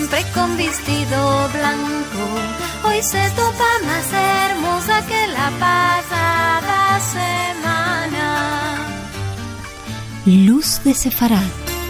siempre con vestido blanco. Hoy se topa más hermosa que la pasada semana. Luz de Sefarad.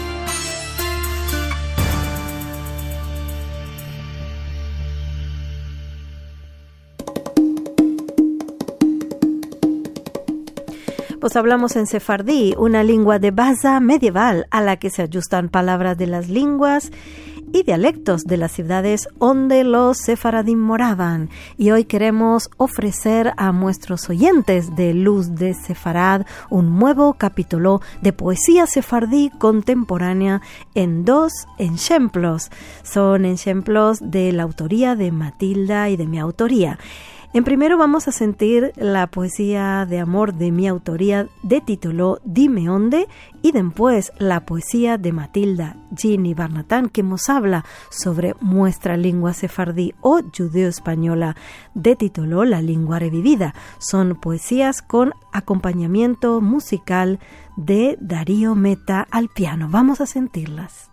Pues hablamos en sefardí, una lengua de base medieval a la que se ajustan palabras de las lenguas y dialectos de las ciudades donde los sefaradim moraban. Y hoy queremos ofrecer a nuestros oyentes de Luz de Sefarad un nuevo capítulo de poesía sefardí contemporánea en 2 ejemplos. Son ejemplos de la autoría de Matilda y de mi autoría. En primero vamos a sentir la poesía de amor de mi autoría de título Dime Onde, y después la poesía de Matilda Ginny Barnatán, que nos habla sobre nuestra lengua sefardí o judeo-española de título La lengua revivida. Son poesías con acompañamiento musical de Darío Meta al piano. Vamos a sentirlas.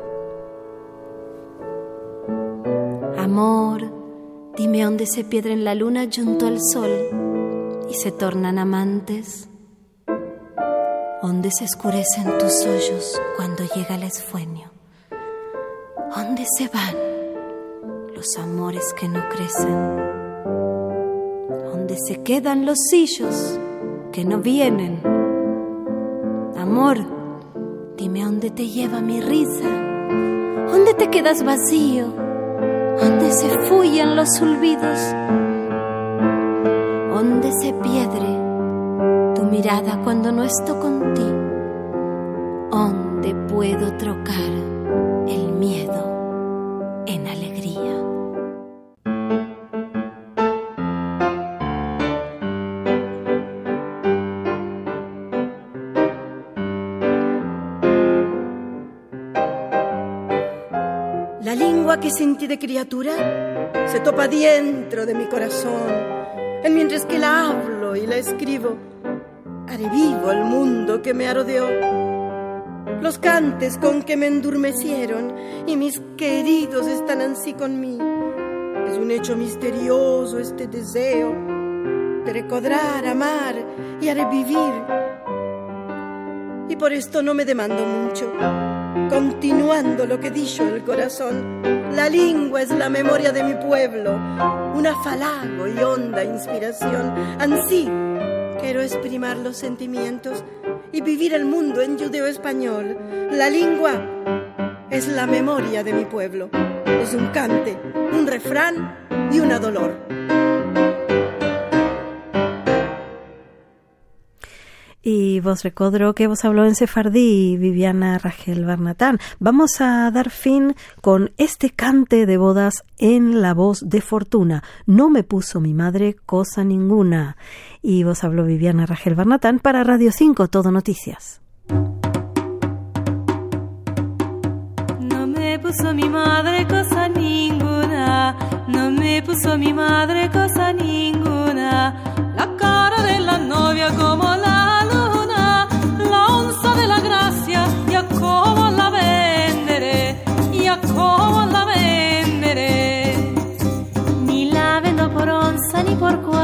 Amor, dime dónde se piedren la luna junto al sol y se tornan amantes. ¿Dónde se oscurecen tus ojos cuando llega el esfueño? ¿Dónde se van los amores que no crecen? ¿Dónde se quedan los sillos que no vienen? Amor, dime dónde te lleva mi risa. ¿Dónde te quedas vacío? ¿Dónde se fuyan los olvidos? ¿Dónde se piedre tu mirada cuando no estoy contigo? ¿Dónde puedo trocar el miedo en alegría? La lengua que sentí de criatura se topa dentro de mi corazón. En mientras que la hablo y la escribo, haré vivo el mundo que me rodeó. Los cantes con que me endurmecieron y mis queridos están así conmigo. Es un hecho misterioso este deseo de recordar, amar y haré vivir. Y por esto no me demando mucho. Continuando lo que dijo el corazón, la lengua es la memoria de mi pueblo, un afalago y honda inspiración. Ansí quiero exprimir los sentimientos y vivir el mundo en judeo-español. La lengua es la memoria de mi pueblo, es un cante, un refrán y una dolor. Y vos recordro que vos habló en sefardí, Viviana Rachel Barnatán. Vamos a dar fin con este cante de bodas en la voz de Fortuna. No me puso mi madre cosa ninguna. Y vos habló Viviana Rachel Barnatán para Radio 5, Todo Noticias. No me puso mi madre cosa ninguna. No me puso mi madre cosa ninguna. La cara de la novia como la luna, la onza de la gracia, ya como la venderé, ya como la venderé. Ni la vendo por onza ni por cuarto.